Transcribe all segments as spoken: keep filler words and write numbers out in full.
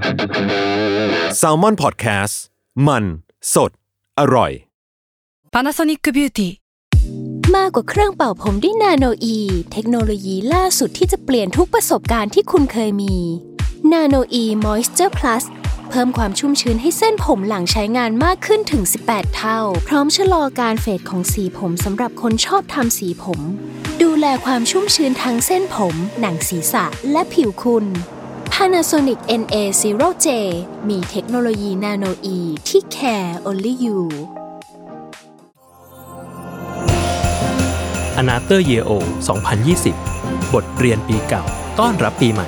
Salmon Podcast มันสดอร่อย Panasonic Beauty มากกว่าเครื่องเป่าผมด้วยนาโนอีเทคโนโลยีล่าสุดที่จะเปลี่ยนทุกประสบการณ์ที่คุณเคยมีนาโนอี Moisture Plus เพิ่มความชุ่มชื้นให้เส้นผมหลังใช้งานมากขึ้นถึงสิบแปดเท่าพร้อมชะลอการเฟดของสีผมสำหรับคนชอบทำสีผมดูแลความชุ่มชื้นทั้งเส้นผมหนังศีรษะและผิวคุณ Panasonic เอ็น เอ ศูนย์ เจ มีเทคโนโลยีนาโนอีที่ care only you Another Year O สองพันยี่สิบ บทเรียนปีเก่าต้อนรับปีใหม่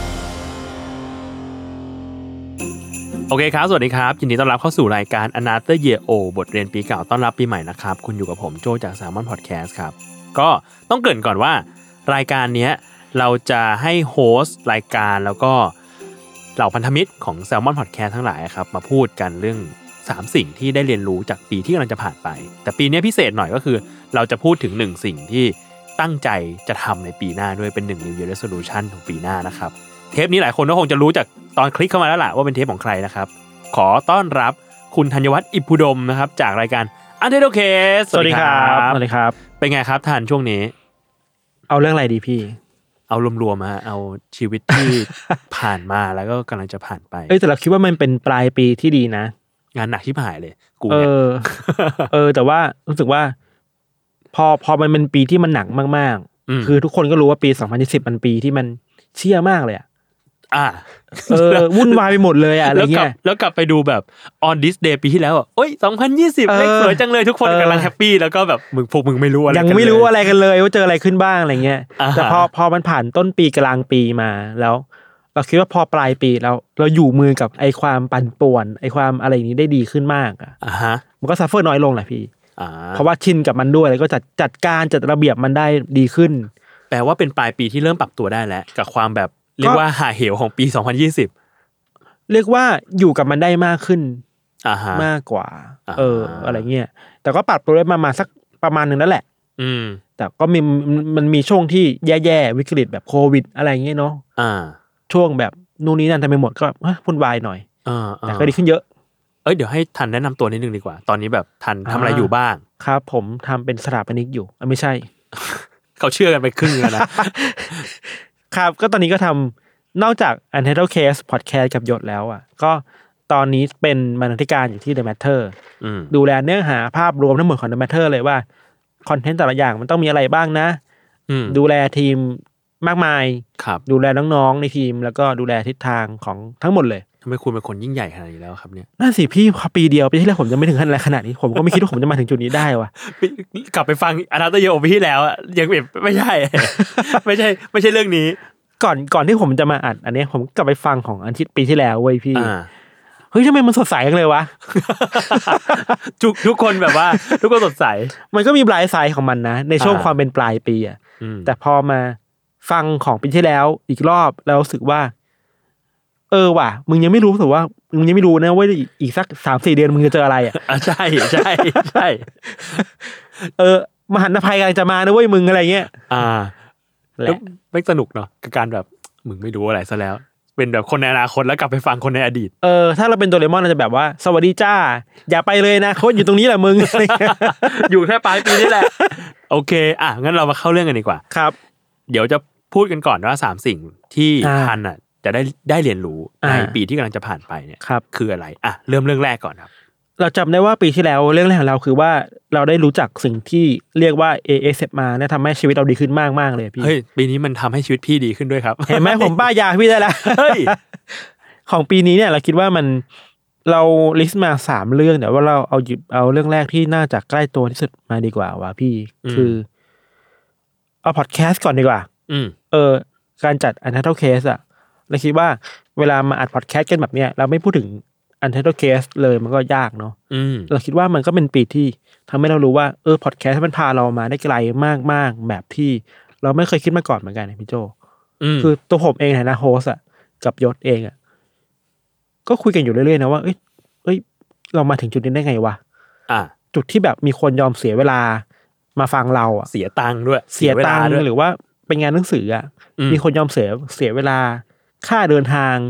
โอเคครับสวัสดีครับยินดีต้อนรับเข้าสู่รายการ Another Year O บทเรียนปีเก่าต้อนรับปีใหม่นะครับคุณอยู่กับผมโจจาก Salmon Podcast ครับก็ต้องเกริ่นก่อนว่ารายการเนี้ยเราจะให้โฮสต์รายการแล้วก็เหล่าพันธมิตรของ Salmon Podcast ทั้งหลายครับมาพูดกันเรื่องสามสิ่งที่ได้เรียนรู้จากปีที่กำลังจะผ่านไปแต่ปีนี้พิเศษหน่อยก็คือเราจะพูดถึงหนึ่งสิ่งที่ตั้งใจจะทำในปีหน้าด้วยเป็นหนึ่ง New Year Resolution ของปีหน้านะครับเทปนี้หลายคนก็คงจะรู้จากตอนคลิกเข้ามาแล้วล่ะว่าเป็นเทปของใครนะครับขอต้อนรับคุณธัญวัฒน์อิพุดมนะครับจากรายการ Untitled Case สวัสดีครับสวัสดีครับเป็นไงครับทันช่วงนี้เอาเรื่องอะไรดีพี่เอารวมๆมาเอาชีวิตที่ ผ่านมาแล้วก็กำลังจะผ่านไปเอ้ยแต่เราคิดว่ามันเป็นปลายปีที่ดีนะงานหนักที่ผ่านเลยกูเออ เออแต่ว่ารู้สึกว่าพอพอมันเป็นปีที่มันหนักมากๆคือทุกคนก็รู้ว่าปีสองพันยี่สิบมันปีที่มันเชี่ยมากเลยอ่ะอ่าเออวุ่นวายไปหมดเลยอ่ะอะไรเงี้ยแล้วกลับไปดูแบบ on this day ปีที่แล้วอ่ะโอ๊ยสองพันยี่สิบเลขสวยจังเลยทุกคนกำลังแฮปปี้แล้วก็แบบมึงพวกมึงไม่รู้อะไรยังไม่รู้อะไรกันเลยว่าเจออะไรขึ้นบ้างอะไรเงี้ยแต่พอพอมันผ่านต้นปีกลางปีมาแล้วเราคิดว่าพอปลายปีเราเราอยู่มือกับไอ้ความปั่นป่วนไอ้ความอะไรอย่างนี้ได้ดีขึ้นมากอ่ะอ่าฮะมันก็ซัฟเฟอร์น้อยลงแหละพี่เพราะว่าชินกับมันด้วยแล้วก็จัดจัดการจัดระเบียบมันได้ดีขึ้นแปลว่าเป็นปลายปีที่เริ่มปรับตัวได้แล้วกับความแบบเรียกว่าหาเหวของปีสองพันยี่สิบเรียกว่าอยู่กับมันได้มากขึ้นอ่าฮะมากกว่าเอออะไรเงี้ยแต่ก็ปรับตัวได้มามาสักประมาณนึงนั่นแหละอืมแต่ก็มีมันมีช่วงที่แย่ๆวิกฤตแบบโควิดอะไรเงี้ยเนาะอ่าช่วงแบบนู่นนี่นั่นทำไปหมดก็พุ่นวายหน่อยแต่ก็ดีขึ้นเยอะเอ้ยเดี๋ยวให้ทันแนะนำตัวนิดนึงดีกว่าตอนนี้แบบทันทำอะไรอยู่บ้างครับผมทำเป็นสถาปนิกอยู่ไม่ใช่เขาเชื่อกันไปครึ่งแล้วนะครับก็ตอนนี้ก็ทำนอกจาก Untitled Case Podcast กับหยดแล้วอ่ะก็ตอนนี้เป็นบรรณาธิการอยู่ที่ The Matter ดูแลเนื้อหาภาพรวมทั้งหมดของ The Matter เลยว่าคอนเทนต์แต่ละอย่างมันต้องมีอะไรบ้างนะดูแลทีมมากมายดูแลน้องๆในทีมแล้วก็ดูแลทิศทางของทั้งหมดเลยทำไมคุณเป็นคนยิ่งใหญ่ขนาดนี้แล้วครับเนี่ยนั่นสิพี่ปีเดียวปีที่แล้วผมจะไม่ถึงขั้นอะไรขนาดนี้ผมก็ไม่คิดว่าผมจะมาถึงจุดนี้ได้ว่ะกลับไปฟังAnother Year Oปีที่แล้วอ่ะยังไม่ใช่ไม่ใช่ไม่ใช่เรื่องนี้ก่อนก่อนที่ผมจะมาอัดอันนี้ผมกลับไปฟังของอันที่ปีที่แล้วเว้ยพี่เฮ้ยทำไมมันสดใสจังเลยวะทุกทุกคนแบบว่าทุกคนสดใสมันก็มีบลายไซด์ของมันนะในช่วงความเป็นปลายปีอ่ะแต่พอมาฟังของปีที่แล้วอีกรอบแล้วรู้สึกว่าเออว่ะมึงยังไม่รู้สึกว่ามึงยังไม่รู้นะว่าอีกสัก สามสี่ เดือนมึงจะเจออะไรอ่ะใช่ใช่ใช่เออมหันตภัยกำลังจะมานะเว้ยมึงอะไรเงี้ยอ่าแล้วไม่สนุกเนาะกับการแบบมึงไม่รู้อะไรซะแล้วเป็นแบบคนในอนาคตแล้วกลับไปฟังคนในอดีตเออถ้าเราเป็นโดเรมอนเราจะแบบว่าสวัสดีจ้าอย่าไปเลยนะเขาอยู่ตรงนี้แหละมึงอยู่แค่ปลายปีนี่แหละโอเคอ่ะงั้นเรามาเข้าเรื่องกันดีกว่าครับเดี๋ยวจะพูดกันก่อนว่าสามสิ่งที่ทันอ่ะจะได้ได้เรียนรู้ในปีที่กำลังจะผ่านไปเนี่ยคืออะไรอ่ะเริ่มเรื่องแรกก่อนครับเราจำได้ว่าปีที่แล้วเรื่องแรกของเราคือว่าเราได้รู้จักสิ่งที่เรียกว่า เอ เอส เอฟ มาเนี่ยทำให้ชีวิตเราดีขึ้นมากๆเลยพี่เฮ้ยปีนี้มันทำให้ชีวิตพี่ดีขึ้นด้วยครับเห็นไหมผมบ้ายาพี่ได้แล้วเฮ้ยของปีนี้เนี่ยเราคิดว่ามันเราลิสต์มาสามเรื่องแต่ว่าเราเอาหยิบเอาเรื่องแรกที่น่าจะใกล้ตัวที่สุดมาดีกว่าว่ะพี่คือเอาพอดแคสต์ก่อนดีกว่าเออการจัด Untitled Case อ่ะเราคิดว่าเวลามาอัดพอดแคสต์กันแบบเนี้ยเราไม่พูดถึงUntitled Case เลยมันก็ยากเนาะเราคิดว่ามันก็เป็นปีที่ทำให้เรารู้ว่าเออพอดแคสต์มันพาเรามาได้ไกลมากๆแบบที่เราไม่เคยคิดมาก่อนเหมือนกันนะพี่โจคือตัวผมเองนะโฮสต์อ่ะกับยศเองอ่ะก็คุยกันอยู่เรื่อยๆนะว่าเอ้ยเอ้ยเรามาถึงจุดนี้ได้ไงวะอ่ะจุดที่แบบมีคนยอมเสียเวลามาฟังเราอ่ะเสียตังค์ด้วยเสียตังค์หรือว่าเป็นงานหนังสืออ่ะมีคนยอมเสียเสียเวลาค่าเดินทาง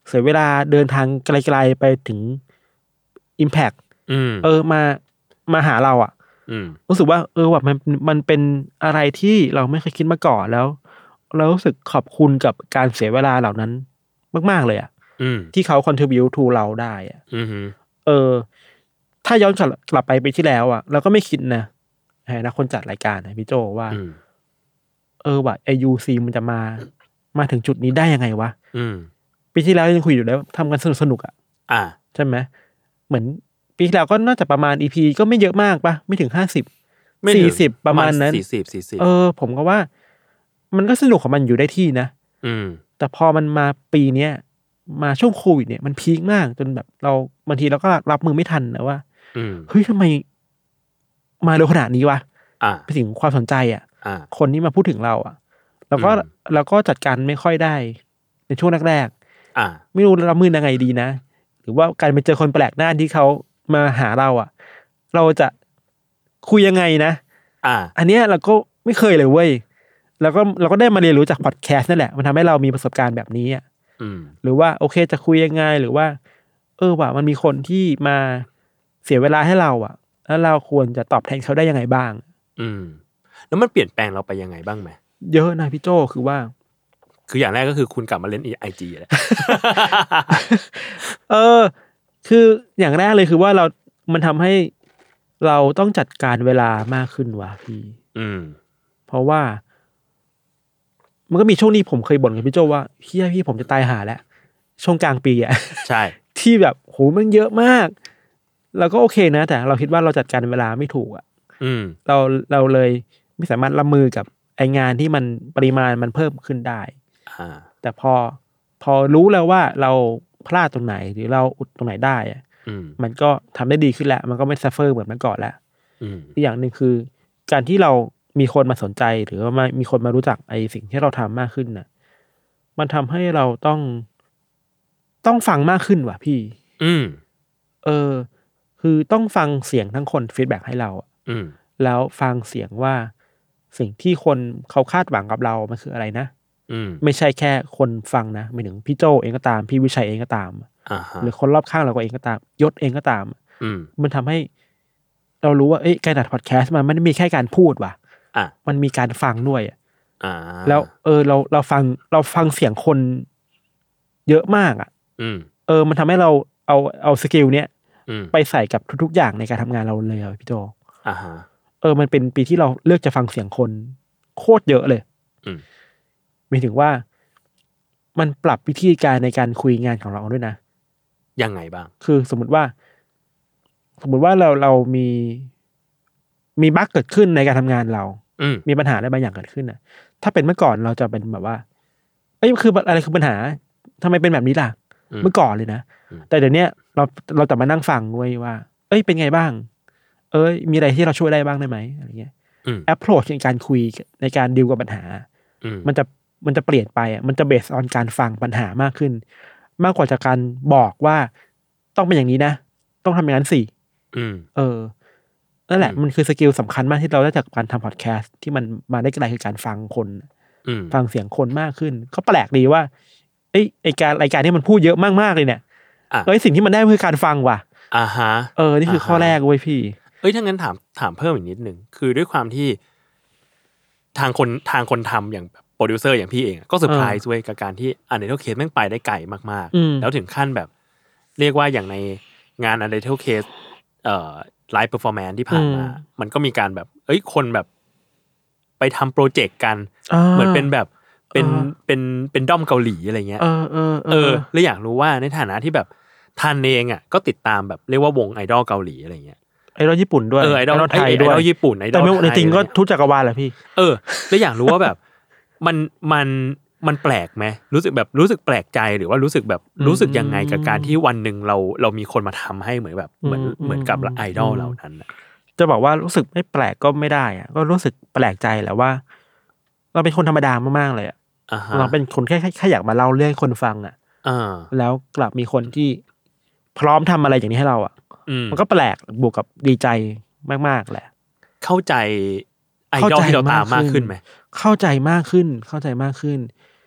เสียเวลาเดินทางไกลๆไปถึง Impact อืมเออมามาหาเราอ่ะอืมรู้สึกว่าเออว่ามันมันเป็นอะไรที่เราไม่เคยคิดมาก่อนแล้วเรารู้สึกขอบคุณกับการเสียเวลาเหล่านั้นมากๆเลยอ่ะอืมที่เขา contribute to เราได้อ่ะอืมเออถ้าย้อนกลับกลับไปปีที่แล้วอ่ะเราก็ไม่คิดนะนะคนจัดรายการนะพี่โจว่าอืมเออว่าไอยูซีมันจะมามาถึงจุดนี้ได้ยังไงวะอืมปีที่แล้วยังคุยอยู่แล้วทำกันสนุกสนุกอ่ะอ่าใช่ไหมเหมือนปีที่แล้วก็น่าจะประมาณ อี พี ก็ไม่เยอะมากปะไม่ถึงห้าสิบสี่สิบประมาณนั้นสี่สิบสี่สิบเออผมก็ว่ามันก็สนุกของมันอยู่ได้ที่นะอืมแต่พอมันมาปีเนี้ยมาช่วงโควิดเนี่ยมันพีคมากจนแบบเราบางทีเราก็รับมือไม่ทันนะว่าอืมเฮ้ยทำไมมาเร็วขนาดนี้วะอ่าไปถึงความสนใจอ่ะอ่าคนที่มาพูดถึงเราอ่ะแล้วก็อืมแล้วก็จัดการไม่ค่อยได้ในช่วงแรกอ่าๆไม่รู้รับมือยังไงดีนะ หรือว่าการไปเจอคนแปลกหน้าที่เขามาหาเราอ่ะ เราจะคุยยังไงนะอ่าอันเนี้ยเราก็ไม่เคยเลยเว้ยแล้วก็เราก็ได้มาเรียนรู้จากพอดแคสต์นั่นแหละมันทำให้เรามีประสบการณ์แบบนี้อ่ะอืมหรือว่าโอเคจะคุยยังไงหรือว่า เออว่ามันมีคนที่มาเสียเวลาให้เราอ่ะ แล้วเราควรจะตอบแทนเขาได้ยังไงบ้างอืม แล้วมันเปลี่ยนแปลงเราไปยังไงบ้างไหมเยอะนะพี่โจคือว่าคืออย่างแรกก็คือคุณกลับมาเล่นไอจีแหละเออ คืออย่างแรกเลยคือว่าเรามันทำให้เราต้องจัดการเวลามากขึ้นว่ะพี่อืมเพราะว่า มันก็มีช่วงนี้ผมเคยบ่นกับพี่โจว่าเฮียพี่ผมจะตายหาแล้วช่วงกลางปีอ่ะใช่ที่แบบโหมันเยอะมากเราก็โอเคนะแต่เราคิดว่าเราจัดการเวลาไม่ถูกอ่ะอืมเราเราเลยไม่สามารถรับมือกับไองานที่มันปริมาณมันเพิ่มขึ้นได้อ่าแต่พอพอรู้แล้วว่าเราพลาดตรงไหนหรือเราอุดตรงไหนได้อ่ะอืมมันก็ทำได้ดีขึ้นแล้วมันก็ไม่ซัฟเฟอร์เหมือนเมื่อก่อนแล้วอืมอีกอย่างหนึ่งคือ การที่เรามีคนมาสนใจหรือว่ามามีคนมารู้จักไอ้สิ่งที่เราทำมากขึ้นน่ะ มันทำให้เราต้องต้องฟังมากขึ้นว่ะพี่อืมเออ คือต้องฟังเสียงทั้งคนฟีดแบ็กให้เราอะอืมแล้วฟังเสียงว่าสิ่งที่คนเขาคาดหวังกับเรามันคืออะไรนะอืมไม่ใช่แค่คนฟังนะหมายถึงพี่โจเองก็ตามพี่วิชัยเองก็ตามอ่าฮะหรือคนรอบข้างเราก็เองก็ตามยศเองก็ตามอืมมันทำให้เรารู้ว่าเอ้ยการอัดพอดแคสต์มันไม่ได้มีแค่การพูดว่ะอ่ะมันมีการฟังด้วยอะอ่าแล้วเออเราเราฟังเราฟังเสียงคนเยอะมากอ่ะอืมเออมันทำให้เราเอาเอาสกิลเนี้ยอืมไปใส่กับทุกๆอย่างในการทำงานเราเลยอะพี่โจอ่าฮะเออมันเป็นปีที่เราเลือกจะฟังเสียงคนโคตรเยอะเลยอืมหมายถึงว่ามันปรับวิธีการในการคุยงานของเราด้วยนะยังไงบ้างคือสมมติว่า สมมติว่าเราเรามีมีบั๊กเกิดขึ้นในการทำงานเราอืมมีปัญหาอะไรบางอย่างเกิดขึ้นน่ะ ถ้าเป็นเมื่อก่อนเราจะเป็นแบบว่า เอ้ยคืออะไรคือปัญหาทำไมเป็นแบบนี้ล่ะอืมเมื่อก่อนเลยนะอืมแต่เดี๋ยวนี้เราเราจะมานั่งฟังด้วยว่า เอ้ยเป็นไงบ้าง เอ้ยมีอะไรที่เราช่วยได้บ้างได้ไหมอะไรเงี้ยอืม approach ในการคุยในการดีลกับปัญหาอืมมันจะมันจะเปลี่ยนไปอ่ะมันจะเบสออนการฟังปัญหามากขึ้น มากกว่าจากการบอกว่าต้องเป็นอย่างนี้นะ ต้องทำอย่างนั้นสิอืมเออนั่นแหละอืมมันคือสกิลสำคัญมากที่เราได้จากการทำพอดแคสต์ที่มันมาได้ไกลคือการฟังคนอืมฟังเสียงคนมากขึ้น ก็แปลกดีว่าไอ้ยไอการรายการที่มันพูดเยอะมากๆเลยเนี่ยอ่ะเอ้ยสิ่งที่มันได้คือการฟังว่ะอ่าฮะเออนี่คือข้อแรกเว้ยพี่เอ้ยถ้างั้นถามถามเพิ่มอีกนิดนึงคือด้วยความที่ทางคนทางคนทำอย่างแบบโปรดิวเซอร์อย่างพี่เองอะก็เซอร์ไพรส์เว้ยกับการที่อันเดอร์เคสแม่งไปได้ไกลมากอืมๆ แล้วถึงขั้นแบบ เรียกว่าอย่างในงานอันเดอร์เคสเอ่อไลฟ์เพอร์ฟอร์แมนซ์ที่ผ่านมา มันก็มีการแบบ เอ้ยคนแบบ ไปทำโปรเจกต์กันอ่าเหมือนเป็นแบบเป็นอ่าเป็นเป็นด้อมเกาหลีอะไรเงี้ยเออเออเออแล้วอยากรู้ว่าในฐานะที่แบบทันเองอ่ะก็ติดตามแบบเรียกว่าวงไอดอลเกาหลีอะไรเงี้ยไอดอลญี่ปุ่นด้วยเออไอดอลไทยด้วยไอดอลญี่ปุ่นไอดอลแต่ไม่ไทยจริงๆก็อะไรเงี้ยทุกจักรวาลแหละพี่เออแล้วอยากรู้ว่าแบบ มันมันมันแปลกไหมรู้สึกแบบรู้สึกแปลกใจหรือว่ารู้สึกแบบรู้สึกยังไงกับการที่วันหนึ่งเราเรามีคนมาทำให้เหมือนแบบเหมือนอืมเหมือนกับอืมไอดอลเหล่านั้นอะจะบอกว่ารู้สึกไม่แปลกก็ไม่ได้อะก็รู้สึกแปลกใจแหละว่า เราเป็นคนธรรมดามากๆเลยอะอ่าฮะเราเป็นคนแค่แค่แค่อยากมาเล่าเรื่องให้คนฟังอะอ่าแล้วกลับมีคนที่พร้อมทำอะไรอย่างนี้ให้เราอะอืมมันก็แปลกบวกกับดีใจมากๆแหละเข้าใจไอดอลที่เราตามมากขึ้นไหมเข้าใจมากขึ้น เข้าใจมากขึ้น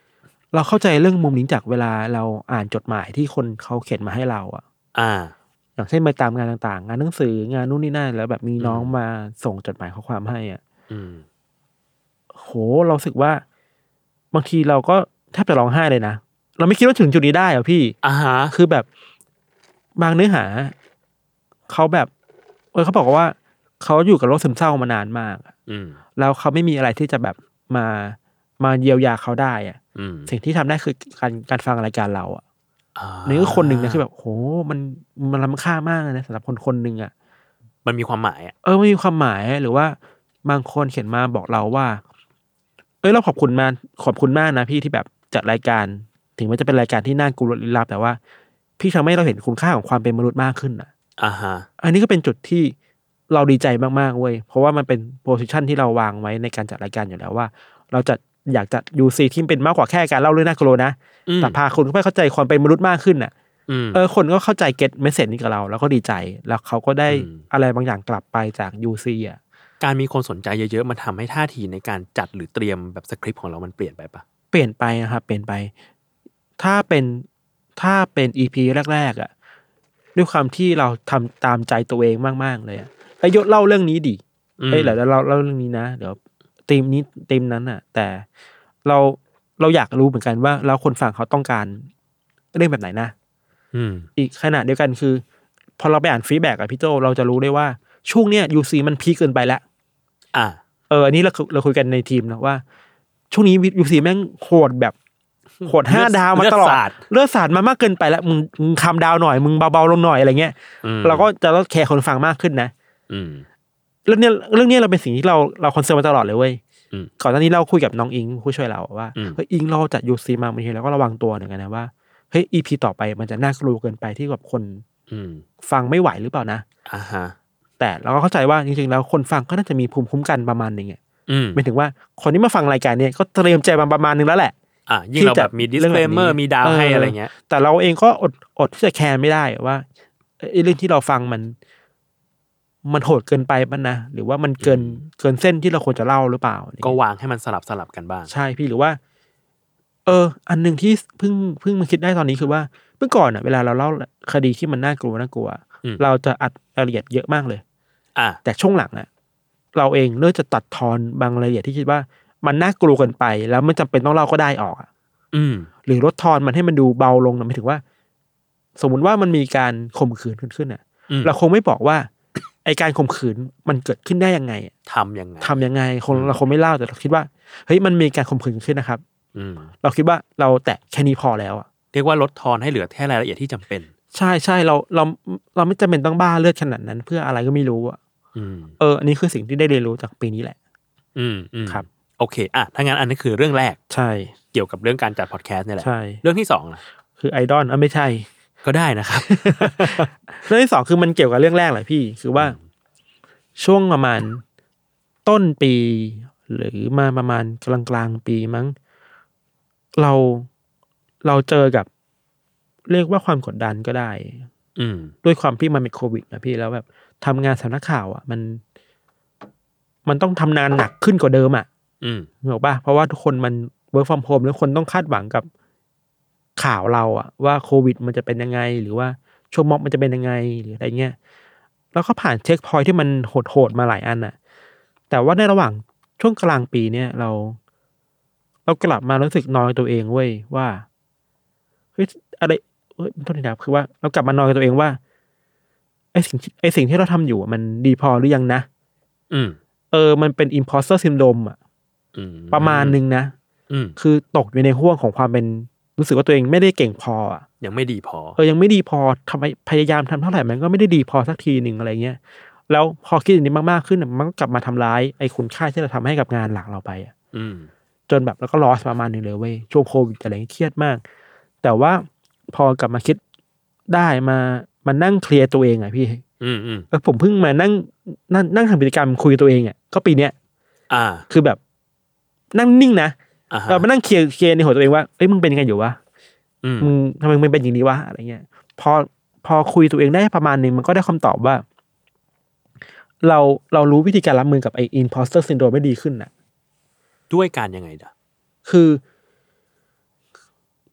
เราเข้าใจเรื่องมุมนี้จากเวลาเราอ่านจดหมายที่คนเขาเขียนมาให้เราอ่ะอ่าอย่างเช่นไปตามงานต่างๆงานหนังสืองานนู่นนี่นั่นแล้วแบบมีน้องมาส่งจดหมายข้อความให้อ่ะอืมโหเราสึกว่าบางทีเราก็แทบจะร้องไห้เลยนะเราไม่คิดว่าถึงจุดนี้ได้อ่ะพี่อ่าฮะคือแบบบางเนื้อหาเขาแบบเออเขาบอกว่าเขาอยู่กับโรคซึมเศร้ามานานมากอืมแล้วเขาไม่มีอะไรที่จะแบบมามาเยียวยาเขาได้อ่ะสิ่งที่ทำได้คือการการฟังรายการเราอ่ะนี่ก็คนหนึ่งนะคือแบบโหมันมันล้ำค่ามากนะสำหรับคนคนหนึ่งอ่ะมันมีความหมายอ่ะเออมันมีความหมายหรือว่าบางคนเขียนมาบอกเราว่าเอ้ยเราขอบคุณมากขอบคุณมากนะพี่ที่แบบจัดรายการถึงแม้จะเป็นรายการที่น่ากลัวลี้ลับแต่ว่าพี่ทำให้เราเห็นคุณค่าของความเป็นมนุษย์มากขึ้นอ่ะอ่าฮะอันนี้ก็เป็นจุดที่เราดีใจมากๆเว้ยเพราะว่ามันเป็นโพสิชันที่เราวางไว้ในการจัดรายการอยู่แล้วว่าเราจะอยากจัด ยู ซี ที่เป็นมากกว่าแค่การเล่าเรื่องน่ากลัวนะแต่พาคุณไปเข้าใจความเป็นมนุษย์มากขึ้นน่ะเออคนก็เข้าใจเก็ตเมสเสจนี้กับเราแล้วก็ดีใจแล้วเขาก็ได้อะไรบางอย่างกลับไปจาก ยู ซี อ่ะการมีคนสนใจเยอะๆมันทำให้ท่าทีในการจัดหรือเตรียมแบบสคริปต์ของเรามันเปลี่ยนไปปะเปลี่ยนไปนะครับเปลี่ยนไปถ้าเป็นถ้าเป็น อี พี แรกๆอ่ะด้วยความที่เราทำตามใจตัวเองมากๆเลยอ่ะไอ้ยศเล่าเรื่องนี้ดิเอ้ยเดี๋ยวเราเล่าเรื่องนี้นะเดี๋ยวธีมนี้ธีมนั้นอ่ะแต่เราเราอยากรู้เหมือนกันว่าแล้วคนฟังเขาต้องการเรื่องแบบไหนนะอีกขณะเดียวกันคือพอเราไปอ่านฟีดแบ็กอะพี่โจเราจะรู้ได้ว่าช่วงเนี้ย ยู ซี มันพีคเกินไปแล้วอ่าเอออันนี้เราเราคุยกันในทีมนะว่าช่วงนี้ ยู ซี แม่งโหดแบบโหดห้าดาวมาตลอดเลือดสาดมามากเกินไปแล้วมึงมึงคำดาวหน่อยมึงเบาๆลงหน่อยอะไรเงี้ยเราก็จะลดแคร์คนฟังมากขึ้นนะเรื่องนี้เรื่องนี้เราเป็นสิ่งที่เราเราคอนเซิร์นมาตลอดเลยเว้ยก่อนหน้านี้เราคุยกับน้องอิงผู้ช่วยเราว่าเฮ้ยอิงเราจัด ยู ซี มาบางทีเราก็ระวังตัวเหมือนกันนะว่าเฮ้ย อี พี ต่อไปมันจะน่ากลัวเกินไปที่แบบคนฟังไม่ไหวหรือเปล่านะอ่าฮะแต่เราก็เข้าใจว่าจริงๆแล้วคนฟังก็น่าจะมีภูมิคุ้มกันประมาณนึงอ่ะหมายถึงว่าคนที่มาฟังรายการนี้ก็เตรียมใจมาประมาณนึงแล้วแหละอ่ะยิ่งเราแบบมี disclaimer มีดาวให้อะไรเงี้ยแต่เราเองก็อดอดที่จะแคร์ไม่ได้ว่าไอ้เรื่องที่เราฟังมันมันโหดเกินไปป่ะนะหรือว่ามันเกินเกินเส้นที่เราควรจะเล่าหรือเปล่าก็วางให้มันสลับสลับกันบ้างใช่พี่หรือว่าเอออันนึงที่เพิ่งเพิ่งมาคิดได้ตอนนี้คือว่าเมื่อก่อนอ่ะเวลาเราเล่าคดีที่มันน่ากลัวน่ากลัวเราจะอัดรายละเอียดเยอะมากเลยอ่ะแต่ช่วงหลังอ่ะเราเองเริ่มจะตัดทอนบางรายละเอียดที่คิดว่ามันน่ากลัวเกินไปแล้วไม่จำเป็นต้องเล่าก็ได้ออกอ่ะหรือลดทอนมันให้มันดูเบาลงนะหมายถึงว่าสมมุติว่ามันมีการข่มขืนขึ้นขึ้นอ่ะเราคงไม่บอกว่าไอการข่มขืนมันเกิดขึ้นได้ยังไงทำยังไงทำยังไงคงเราคงไม่เล่าแต่เราคิดว่าเฮ้ยมันมีการข่มขืนขึ้นนะครับเราคิดว่าเราแตะแค่นี้พอแล้วอ่ะเรียกว่าลดทอนให้เหลือแค่รายละเอียดที่จำเป็นใช่ใช่เราเราเราไม่จำเป็นต้องบ้าเลือดขนาดนั้นเพื่ออะไรก็ไม่รู้อ่ะเอออันนี้คือสิ่งที่ได้เรียนรู้จากปีนี้แหละอืมครับโอเคอ่ะถ้างั้นอันนี้คือเรื่องแรกใช่เกี่ยวกับเรื่องการจัดพอดแคสต์นี่แหละใช่เรื่องที่สองล่ะคือไอดอลอ่ะไม่ใช่ก็ได้นะครับเรื่องที่สองคือมันเกี่ยวกับเรื่องแรกแหละพี่คือว่าช่วงประมาณต้นปีหรือมาประมาณกลางกลางปีมั้งเราเราเจอกับเรียกว่าความกดดันก็ได้ด้วยความที่มันเป็นโควิดนะพี่แล้วแบบทำงานสำนักข่าวอ่ะมันมันต้องทำงานหนักขึ้นกว่าเดิมอ่ะเหรอป่ะเพราะว่าทุกคนมัน work from home แล้วคนต้องคาดหวังกับข่าวเราอ่ะว่าโควิดมันจะเป็นยังไงหรือว่าช่วงม็อบมันจะเป็นยังไงหรืออะไรเงี้ยแล้วก็ผ่านเช็คพอยท์ที่มันโหดๆมาหลายอันน่ะแต่ว่าในระหว่างช่วงกลางปีเนี่ยเราเรากลับมารู้สึกน้อยตัวเองเว้ยว่าเฮ้ยอะไรเฮ้ยโทษทีครับคือว่าเรากลับมานอยกับตัวเองว่าไอ้สิ่งไอ้สิ่งที่เราทำอยู่มันดีพอหรือยังนะอืมเออมันเป็น imposter syndrome อ่ะประมาณนึงนะคือตกอยู่ในห่วงของความเป็นรู้สึกว่าตัวเองไม่ได้เก่งพออ่ะยังไม่ดีพอเออยังไม่ดีพอทำไมพยายามทำเท่าไหร่มันก็ไม่ได้ดีพอสักทีหนึ่งอะไรเงี้ยแล้วพอคิดอย่างนี้มากๆขึ้นมันก็กลับมาทำร้ายไอ้คุณค่าที่เราทำให้กับงานหลักเราไปอ่ะจนแบบแล้วก็ลอสประมาณนึงเลยเว้ยช่วงโควิดอะไรเครียดมากแต่ว่าพอกลับมาคิดได้มามานั่งเคลียร์ตัวเองอ่ะพี่เออผมเพิ่งมานั่งนั่งนั่งทำกิจกรรมคุยกับตัวเองอ่ะก็ปีเนี้ยอ่าคือแบบนั่งนิ่งนะเรามานั่งเคลียร์เคลียร์ในหัวตัวเองว่าเอ้ยมึงเป็นยังไงอยู่วะมึงทำไมมึงเป็นอย่างนี้วะอะไรเงี้ยพอพอคุยตัวเองได้ประมาณนึงมันก็ได้คำตอบว่าเราเรารู้วิธีการรับมือกับไอ้ imposter syndrome ไม่ดีขึ้นน่ะด้วยการยังไงด่ะคือ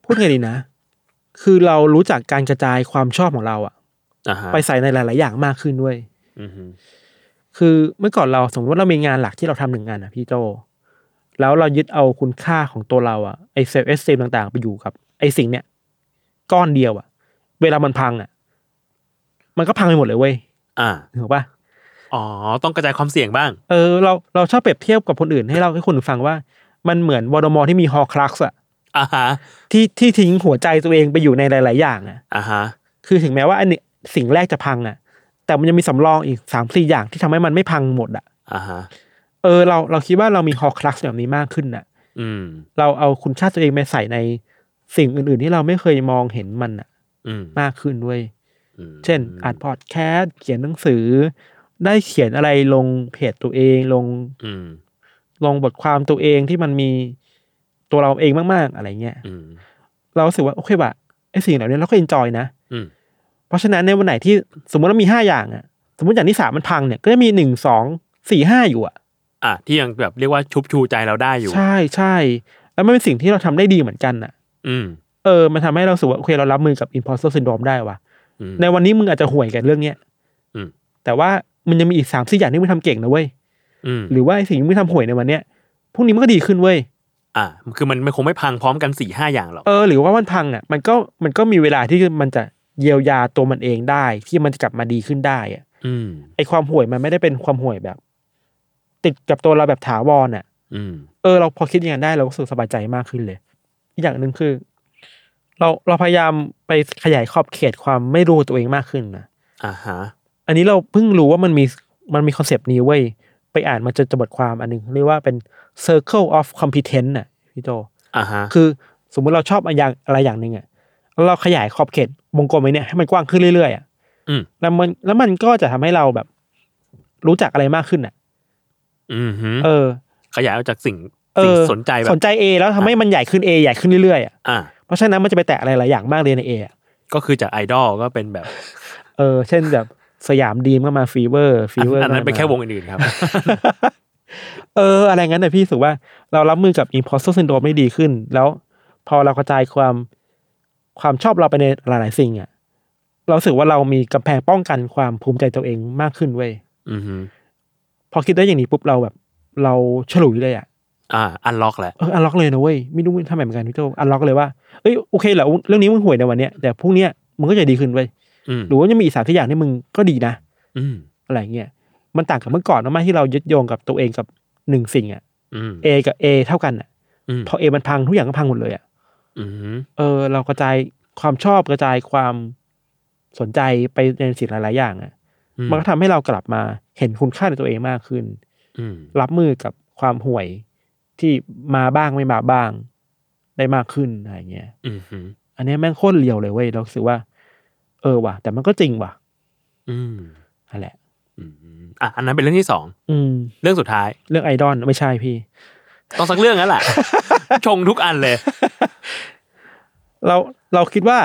พูดไงดีนะ คือเรารู้จักการกระจายความชอบของเราอะอ่าฮะไปใส่ในหลายๆอย่างมากขึ้นด้วยอือฮึคือเมื่อก่อนเราสมมติว่าเรามีงานหลักที่เราทำหนึ่งงานอะพี่โจแล้วเรายึดเอาคุณค่าของตัวเราอะไอเซลฟ์เอสเซมต่างๆไปอยู่กับไอสิ่งเนี้ยก้อนเดียวอะเวลามันพังอะมันก็พังไปหมดเลยเว้ยอ่าถูกปะอ๋อต้องกระจายความเสี่ยงบ้างเออเราเราชอบเปรียบเทียบกับคนอื่นให้เราให้คนอื่นฟังว่ามันเหมือนวอร์ดมอร์ที่มีฮอร์คลักซ์อะอ่าฮะที่ที่ทิ้งหัวใจตัวเองไปอยู่ในหลายๆอย่างอะอ่าฮะคือถึงแม้ว่าอันนี้สิ่งแรกจะพังอะแต่มันยังมีสำรองอีกสามสี่อย่างที่ทำให้มันไม่พังหมดอะอ่าฮะเออเราเราคิดว่าเรามีฮอร์คลักซ์แบบนี้มากขึ้นน่ะอืมเราเอาคุณค่าตัวเองไปใส่ในสิ่งอื่นๆที่เราไม่เคยมองเห็นมันน่ะอืมมากขึ้นด้วยอืมเช่นอ่านพอดแคสต์เขียนหนังสือได้เขียนอะไรลงเพจตัวเองลงอืมลงบทความตัวเองที่มันมีตัวเราเองมากๆอะไรเงี้ยอืมเรารู้สึกว่าโอเคว่ะไอ้สิ่งเหล่านี้เราก็เอนจอยนะอืมเพราะฉะนั้นในวันไหนที่สมมติว่ามีห้าอย่างอ่ะสมมติอย่างที่สามมันพังเนี่ยก็จะมีหนึ่งสองสี่ห้าอยู่อ่ะอ่ะที่ยังแบบเรียกว่าชุบชูใจเราได้อยู่ใช่ใช่แล้วมันเป็นสิ่งที่เราทำได้ดีเหมือนกันน่ะอืมเออมันทำให้เราสึกว่าโอเคเรารับมือกับ imposter syndrome ได้ว่ะอืมในวันนี้มึงอาจจะห่วยกับเรื่องเนี้ยอืมแต่ว่ามันยังมีอีกสามสี่อย่างที่มึงทำเก่งนะเว้ยอืมหรือว่าไอ้สิ่งที่มึงทำห่วยในวันเนี้ยพรุ่งนี้มันก็ดีขึ้นเว้ยอ่ะคือมันมันคงไม่พังพร้อมกันสี่ห้าอย่างหรอกเออหรือว่ามันพังอ่ะมันก็มันก็มีเวลาที่มันจะเยียวยาตัวมันเองได้ที่มันจะกลับมาดีขึ้นได้อ่ะอืมไอความห่วยมันไม่ได้เป็นความห่วยแบบ ติดกับตัวเราแบบถาวรอ่ะอืมเออเราพอคิดอย่างนั้นได้เราก็รู้สึกสบายใจมากขึ้นเลยอีกอย่างหนึ่งคือ เราเราพยายามไปขยายขอบเขตความไม่รู้ตัวเองมากขึ้นนะอ่าฮะอันนี้เราเพิ่งรู้ว่ามันมีมันมีคอนเซปต์นี้เว้ยไปอ่านมาเจอจะบทความอันนึงเรียกว่าเป็น circle of competence น่ะพี่โจอ่าฮะคือสมมุติเราชอบอะไรอย่างอะไรอย่างหนึ่งอ่ะแล้วเราขยายขอบเขตวงกลมไว้เนี่ยให้มันกว้างขึ้นเรื่อยๆอ่ะอืมแล้วมันแล้วมันก็จะทำให้เราแบบรู้จักอะไรมากขึ้นอ่ะอืมฮึเออขยายออกจากสิ่งเอสิ่งอสนใจแบบสนใจ A แล้วทำให้มันใหญ่ขึ้น A ใหญ่ขึ้นเรื่อยๆอ่ะอ่าเพราะฉะนั้นมันจะไปแตะอะไรหลายอย่างมากเลยใน A อ่ะก็คือจากไอดอลก็เป็นแบบเออเช่นแบบสยามดีมก็มาฟีเวอร์ฟีเวอร์อันนั้นเป็นแค่วงอื่นๆครับเอออะไรงั้นแต่พี่รู้สึกว่าเรารับมือกับ imposter syndrome ได้ดีขึ้น แล้วพอเรากระจายความความชอบเราไปในหลายๆสิ่งอ่ะเรารู้สึกว่าเรามีกำแพงป้องกันความภูมิใจตัวเองมากขึ้นเว้ยอือฮึพอคิดได้อย่างนี้ปุ๊บเราแบบ เราฉลุยเลยอ่ะอ่า อันล็อกแหละเอออันล็อกเลยนะเว้ยไม่รู้ทำแบบเหมือนกันพี่โจอันล็อกเลยว่าเอ้ยโอเคแหละเรื่องนี้มึงห่วยในวันเนี้ยแต่พรุ่งเนี้ยมึงก็จะดีขึ้นเว้ยอืมหรือว่าจะมีอีกสามสี่อย่างที่มึงก็ดีนะอืมอะไรเงี้ยมันต่างกับเมื่อก่อนมากๆที่เรายึดโยงกับตัวเองกับหนึ่งสิ่งอ่ะอืม A กับ A เท่ากันอ่ะอืมพอ A มันพังทุกอย่างก็พังหมดเลยอ่ะอืมเออเรากระจายความชอบกระจายความสนใจไปในสิ่งหลายๆอย่างอ่ะอืมมันก็ทำให้เรากลับมาเห็นคุณค่าในตัวเองมากขึ้นอืมรับมือกับความห่วยที่มาบ้างไม่มาบ้าง ได้มากขึ้นอะไรเงี้ยอืมฮึอันนี้แม่งโคตรเลียวเลยเว้ยเรารู้สึกว่า เออว่ะแต่มันก็จริงว่ะอืมนั่นแหละอืมอ่ะอันนั้นเป็นเรื่องที่สองอืมเรื่องสุดท้ายเรื่องไอดอลไม่ใช่พี่ต้องสักเรื่องนั้นแหละ ชงทุกอันเลยเราเราคิดว่า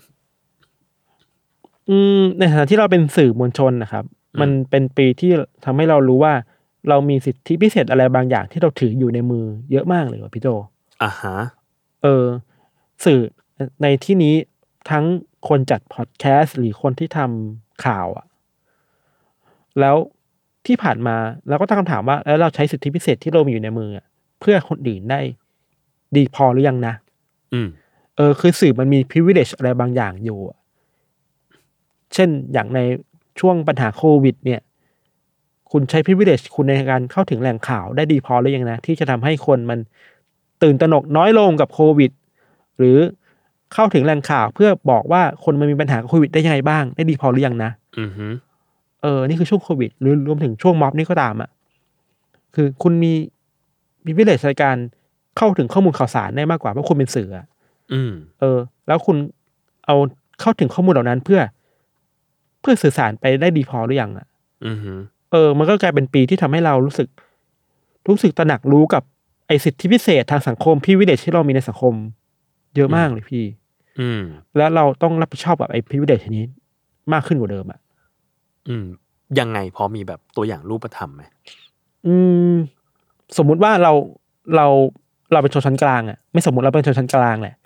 อืมในฐานะที่เราเป็นสื่อมวลชนนะครับอืมมันเป็นปีที่ทำให้เรารู้ว่าเรามีสิทธิพิเศษอะไรบางอย่างที่เราถืออยู่ในมือเยอะมากเลยว่ะพี่โจอ่าฮะเออ สื่อในที่นี้ทั้งคนจัดพอดแคสต์หรือคนที่ทำข่าวอะแล้วที่ผ่านมาเราก็ตั้งคำถามว่า แล้วเราใช้สิทธิพิเศษที่เรามีอยู่ในมืออะเพื่อคนอื่นได้ดีพอหรือยังนะอืมเออคือสื่อมันมี privilege อะไรบางอย่างอยู่อะเช่นอย่างในช่วงปัญหาโควิด เนี่ย คุณใช้ privilege คุณในการเข้าถึงแหล่งข่าวได้ดีพอหรือยังนะ ที่จะทำให้คนมันตื่นตระหนกน้อยลงกับโควิด หรือเข้าถึงแหล่งข่าวเพื่อบอกว่าคนมันมีปัญหาโควิดได้ยังไงบ้างได้ดีพอหรือยังนะอืมฮึเออนี่คือช่วงโควิด หรือรวมถึงช่วงม็อบนี่ก็ตามอ่ะคือคุณมี privilege ในการเข้าถึงข้อมูลข่าวสารได้มากกว่าเพราะคุณเป็นสื่ออะอืมเออ แล้วคุณเอาเข้าถึงข้อมูลเหล่านั้นเพื่อ เพื่อสื่อสารไปได้ดีพอหรือยังอ่ะอืมฮึเออ มันก็กลายเป็นปีที่ทำให้เรารู้สึก รู้สึกตระหนักรู้กับไอ้สิทธิพิเศษทางสังคม privilege ที่เรามีในสังคม เยอะมากเลยพี่อืมแล้วเราต้องรับผิดชอบกับไอ้ privilege นี้มากขึ้นกว่าเดิมอ่ะอืม ยังไงพอมีแบบตัวอย่างรูปธรรมไหมอืม สมมุติว่าเราเราเราเป็นชนชั้นกลางอ่ะไม่สมมุติเราเป็นชนชั้นกลางแหละอ่ะ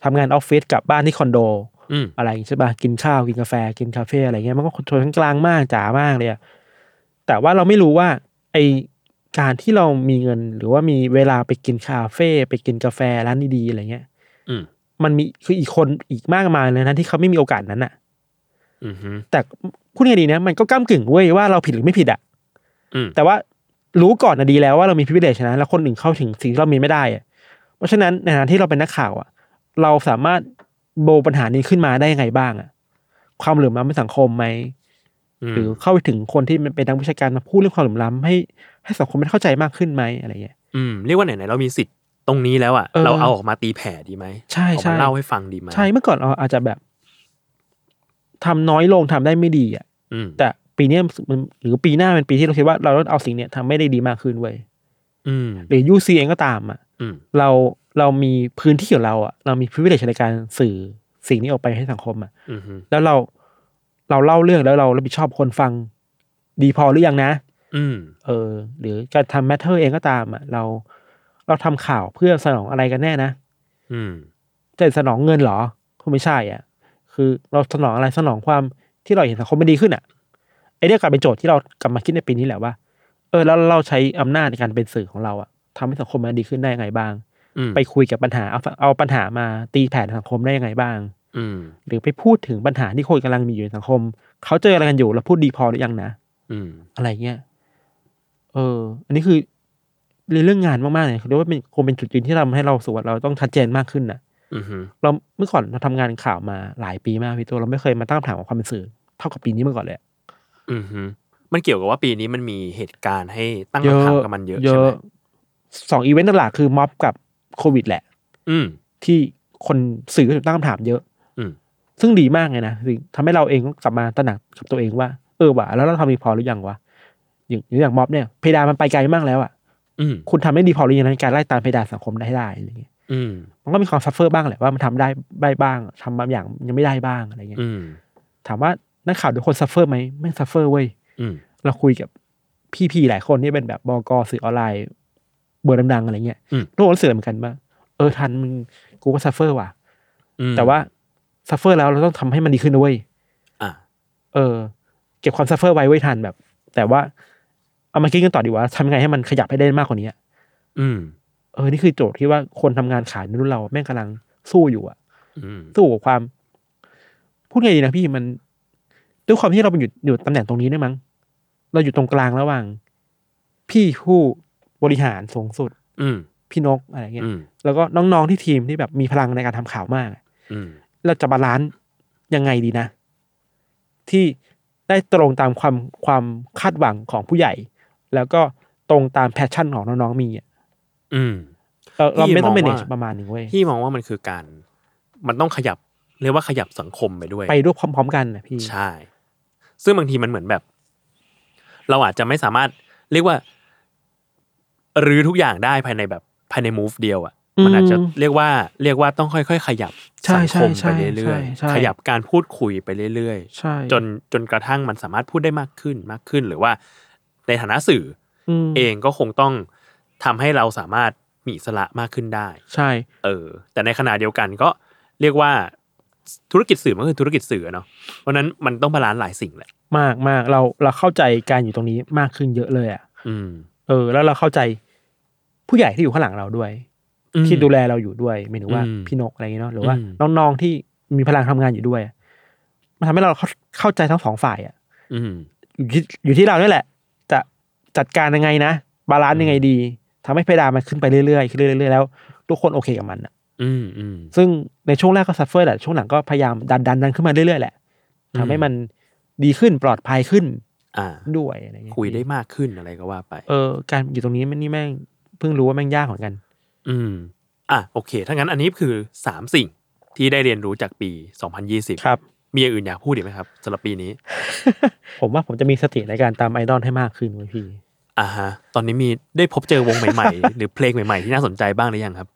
ทำงานออฟฟิศกลับบ้านที่คอนโดอืมอะไรใช่ป่ะกินข้าวกินกาแฟกินคาเฟ่อะไรเงี้ยมันก็ชนกลางมากจ๋ามากเลยอะแต่ว่าเราไม่รู้ว่าไอการที่เรามีเงินหรือว่ามีเวลาไปกินคาเฟ่ไปกินกาแฟร้านดีๆอะไรเงี้ยอืมมันมีคืออีกคนอีกมากมายเลยนะที่เขาไม่มีโอกาสนั้นอะอือฮึแต่พูดง่ายดีนะมันก็ก้ำกึ่งเว้ยว่าเราผิดหรือไม่ผิดอะอืมแต่ว่ารู้ก่อนนะดีแล้วว่าเรามี privilege นะแล้วคนอื่นเข้าถึงสิ่งที่เรามีไม่ได้อะเพราะฉะนั้นในฐานะที่เราเป็นนักข่าวอะเราสามารถโบปัญหานี้ขึ้นมาได้ยังไงบ้างอะความเหลื่อมล้ำในสังคมไหมหรือเข้าไปถึงคนที่เป็นนักวิชาการมาพูดเรื่องความเหลื่อมล้ำให้ให้สังคมมันเข้าใจมากขึ้นไหมอะไรเงี้ยอืมเรียกว่าไหนๆเรามีสิทธิ์ตรงนี้แล้วอ่ะเออเราเอาออกมาตีแผ่ดีไหมใช่ออกใช่มาเล่าให้ฟังดีไหมใช่เมื่อก่อนเราอาจจะแบบทำน้อยลงทำได้ไม่ดีอ่ะอืมแต่ปีนี้มันหรือปีหน้าเป็นปีที่เราคิดว่าเราต้องเอาสิ่งเนี้ยทำไม่ได้ดีมากขึ้นเว้ยอืมหรือ ยู ซี เองก็ตามอ่ะอืมเราเรามีพื้นที่ของเราอ่ะเรามี privilege ในการสื่อสิ่งนี้ออกไปให้สังคมอ่ะอืมฮึแล้วเราเราเล่าเรื่องแล้วเรารับผิดชอบคนฟังดีพอหรือยังนะอืมเออ หรือการทำ matter เองก็ตามอ่ะเราเราทำข่าวเพื่อสนองอะไรกันแน่นะอืมจะสนองเงินเหรอคงไม่ใช่อ่ะ คือเราสนองอะไรสนองความที่เราเห็นสังคมมันดีขึ้นอ่ะไอเนี้ยกลายเป็นโจทย์ที่เรากลับมาคิดในปีนี้แหละว่าเออแล้วเราใช้อำนาจในการเป็นสื่อของเราอ่ะทำให้สังคมมันดีขึ้นได้ยังไงบ้างอืมไปคุยกับปัญหาเอาเอาปัญหามาตีแผ่ในสังคมได้ยังไงบ้างอืมหรือไปพูดถึงปัญหาที่คนกำลังมีอยู่ในสังคมเขาเจออะไรกันอยู่แล้วพูดดีพอหรือยังนะอืมอะไรเงี้ยเออ อันนี้คือเรื่องงานมากๆเลยคือเรียกว่าเป็นคงเป็นจุดยืนที่ทำให้เราสูว่าเราต้องชัดเจนมากขึ้นน่ะอืมฮึเราเมื่อก่อนเราทำงานข่าวมาหลายปีมากพี่ตัวเราไม่เคยมาตั้งคำถามกับความเป็นสื่อเท่ากับปีนี้มาก่อนเลยอืมฮึมันเกี่ยวกับว่าปีนี้มันมีเหตุการณ์ให้ตั้งคำถามกับมันเยอะใช่ไหมสองอีเวนต์หลักคือม็อบกับโควิดแหละอืมที่คนสื่อก็ถูกตั้งคำถามเยอะอืมซึ่งดีมากเลยนะคือทำให้เราเองต้องกลับมาตระหนักกับตัวเองว่าเออว่ะแล้วเราทำดีพอหรือยังวะอย่างอย่างม็อบเนี่ยเพดานมันไปไกลมากแล้วอ่ะอืมคุณทำได้ดีพอหรือยังในการไล่ตามเพดานสังคมได้ให้ได้อะไรเงี้ยอืมมันก็มีความซัฟเฟอร์บ้างแหละว่ามันทำได้ได้บ้างทำบางอย่างยังไม่ได้บ้างอะไรเงี้ยอืมถามว่านักข่าวทุกคนซัฟเฟอร์ไหมไม่ซัฟเฟอร์เว้ยอืมเราคุยกับพี่ๆหลายคนที่เป็นแบบบก.สื่อออนไลน์เบอร์ดังๆอะไรเงี้ยอืมทุกคนรู้สึกเหมือนกันว่าเออทันมึงกูก็ซัฟเฟอร์ว่ะอืมแต่ว่าซัฟเฟอร์แล้วเราต้องทำให้มันดีขึ้นด้วยอ่ะเออ เก็บความซัฟเฟอร์ไว้ไว้ทันแบบ แต่ว่าเอามาคิดกันต่อดีว่าทำยังไงให้มันขยับให้ได้มากกว่านี้อืมเออนี่คือโจทย์ที่ว่าคนทำงานขายในรุ่นเราแม่งกำลังสู้อยู่อะอืมสู้กับความพูดไงดีนะพี่มันด้วยความที่เราเป็นอยู่อยู่ตำแหน่งตรงนี้ด้วยมั้งเราอยู่ตรงกลางระหว่าง พี่ผู้บริหารสูงสุดอืมพี่นกอะไรเงี้ยอืมแล้วก็น้องๆที่ทีมที่แบบมีพลังในการทำข่าวมากอืมเราจะบาลานซ์ยังไงดีนะ ที่ได้ตรงตามความความคาดหวังของผู้ใหญ่ แล้วก็ตรงตามแพชชั่นของน้องๆมีอ่ะอืมเราเราไม่ต้องพี่เมมเนองจว่าประมาณหนึ่งเว้ยพี่มองว่ามันคือการ มันต้องขยับเรียกว่าขยับสังคมไปด้วยไปด้วยพร้อมๆกันนะพี่ใช่ ซึ่งบางทีมันเหมือนแบบ เราอาจจะไม่สามารถเรียกว่ารื้อทุกอย่างได้ภายในแบบภายใน move เดียวอ่ะ มันอาจจะเรียกว่าเรียกว่าต้องค่อยๆขยับใช่สังคใช่มไปใช่เรื่อยใช่ๆ ขยับการพูดคุยไปเรื่อยใช่ๆ จนจนกระทั่งมันสามารถพูดได้มากขึ้นมากขึ้น หรือว่าในฐานะสื่ออืมเองก็คงต้องทำให้เราสามารถมีอิสระมากขึ้นได้ใช่เออ แต่ในขณะเดียวกันก็เรียกว่าธุรกิจสื่อมันคือธุรกิจสื่อเนาะ เพราะนั้นมันต้องบาลานซ์หลายสิ่งแหละมากมากเราเราเข้าใจการอยู่ตรงนี้มากขึ้นเยอะเลยอ่ะอืมเออ แล้วเราเข้าใจผู้ใหญ่ที่อยู่ข้างหลังเราด้วยอืมที่ดูแลเราอยู่ด้วยหมายถึงว่าอืมพี่นกอะไรอย่างเงี้ยเนาะหรือว่าอืมน้องๆที่มีพลังทำงานอยู่ด้วยมันทำให้เราเข้าเข้าใจทั้งสองฝ่ายอ่ะอืมอยู่ที่อยู่ที่เราเนี่ยแหละ จะจัดการยังไงนะบาลานซ์ยังไงดีทำให้เพดานมันขึ้นไปเรื่อยๆขึ้นเรื่อยๆแล้วทุกคนโอเคกับมันอ่ะอืมอืมซึ่งในช่วงแรกก็ซัฟเฟอร์แหละช่วงหลังก็พยายามดันดันดันขึ้นมาเรื่อยๆแหละทำให้มันดีขึ้นปลอดภัยขึ้นอ่าด้วยอะไรเงี้ยคุยได้มากขึ้นอะไรก็ว่าไปเออการอยู่ตรงนี้มันนี่แม่งเพิ่งรู้ว่าแม่งยากเหมือนกันอืม อ่ะโอเค ถ้างั้นอันนี้คือสามสิ่งที่ได้เรียนรู้จากปีสองพันยี่สิบครับมีอย่างอื่นอยากพูดอีกไหมครับสำหรับปีนี้ผมว่าผมจะมีสติในการตามไอดอลให้มากขึ้นเว้ยพี่อ่าฮะ ตอนนี้มีได้พบเจอวงใหม่ๆ หรือเพลงใหม่ๆที่น่าสนใจบ้างหรือยังครับ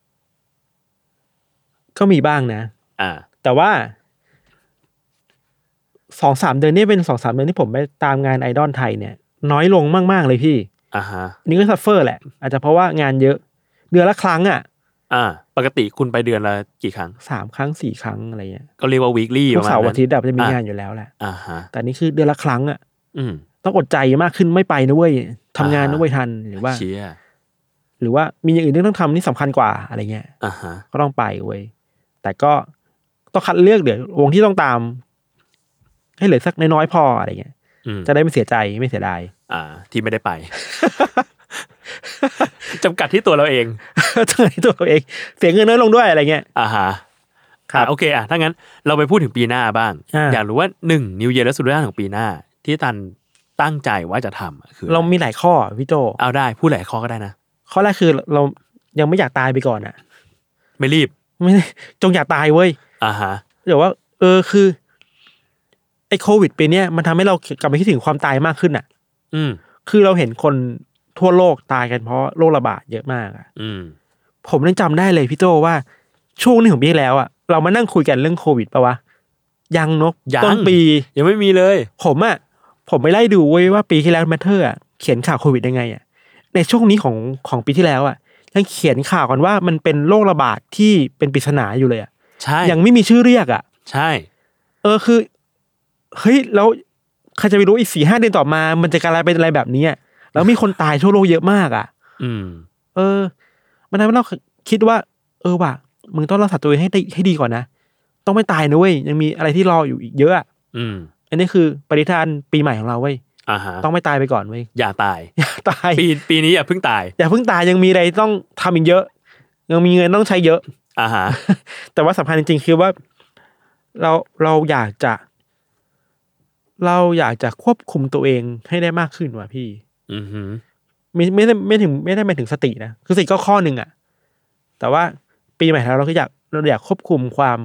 ก็มีบ้างนะอ่าแต่ว่าสองสามเดือนนี้เป็นสองสามเดือนที่ผมไปตามงานไอดอลไทยเนี่ย น้อยลงมากๆเลยพี่อ่าฮะนี่ก็ซัฟเฟอร์แหละ อาจจะเพราะว่างานเยอะ เดือนละครั้งอ่ะอ่าปกติคุณไปเดือนละกี่ครั้งสามครั้งสี่ครั้งอะไรเงี้ยก็เรียกว่า weekly ทุกเสาร์อาทิตย์จะมีงานอยู่แล้วแหละอ่าฮะแต่นี่คือเดือนละครั้งอ่ะอืมต้องอดใจมากขึ้นไม่ไปนะเว้ยทำงานนะเว้ยทันหรือว่าหรือว่ามีอย่างอื่นที่ต้องทำนี่สำคัญกว่าอะไรเงี้ยอ่าฮะก็ต้องไปเว้ยแต่ก็ต้องคัดเลือกเดี๋ยววงที่ต้องตามให้เหลือสักน้อยๆพออะไรเงี้ยจะได้ไม่เสียใจไม่เสียดายอ่าที่ไม่ได้ไป จำกัดที่ตัวเราเองจำกัดที่ตัวเราเองเสียเงินน้อยลงด้วยอะไรเงี้ยอ่าฮะครับโอเคอ่ะถ้างั้นเราไปพูดถึงปีหน้าบ้าง อ, อยากรู้ว่าหนึ่ง New Year Resolution ของปีหน้าที่ตันตั้งใจว่าจะทำคือเรามีหลายข้อพี่โจเอาได้พูดหลายข้อก็ได้นะข้อแรกคือเรายังไม่อยากตายไปก่อนอ่ะไม่รีบไม่จงอยากตายเว้ยอ่าฮะเดี๋ยวว่าเออคือไอ้โควิดปีนี้มันทำให้เรากลับไปคิดถึงความตายมากขึ้นอ่ะอืมคือเราเห็นคนทั่วโลกตายกันเพราะโรคระบาดเยอะมากอ่ะอืมผมยังจำได้เลยพี่โจว่าช่วงนึงของปีแล้วอ่ะเรามานั่งคุยกันเรื่องโควิดป่ะวะยังเนาะต้นปียังไม่มีเลยผมอ่ะผมไปไล่ดูเว้ยว่าปีที่แล้วแมทเทอร์อ่ะเขียนข่าวโควิดยังไงอ่ะในช่วงนี้ของของปีที่แล้วอ่ะยังเขียนข่าวกันว่ามันเป็นโรคระบาดที่เป็นปริศนาอยู่เลยอ่ะใช่ยังไม่มีชื่อเรียกอ่ะใช่เออคือเฮ้ยแล้วใครจะไปรู้อีกสี่ห้าเดือนต่อมามันจะกลายเป็นอะไรแบบนี้แล้วมีคนตายทั่วโลกเยอะมากอ่ะอืมเออมันทำให้เราคิดว่าเออว่ะมึงต้องรักษาตัวเองให้ให้ดีก่อนนะต้องไม่ตายนะเว้ยยังมีอะไรที่รออยู่อีกเยอะอืมอันนี้คือปณิธานปีใหม่ของเราเว้ยอ่าฮะต้องไม่ตายไปก่อนเว้ยอย่าตายอย่าตายปีปีนี้อย่าเพิ่งตายอย่าเพิ่งตายยังมีอะไรต้องทำอีกเยอะยังมีเงินต้องใช้เยอะอ่าฮะแต่ว่าสำคัญจริงๆคือว่าเราเราอยากจะเราอยากจะควบคุมตัวเองให้ได้มากขึ้นว่ะพี่อือฮึไม่ไม่ได้ไม่ถึงไม่ได้หมายถึงสตินะคือสติก็ข้อหนึ่งอ่ะแต่ว่าปีใหม่แล้วเราก็อยากเราอยากควบคุมความ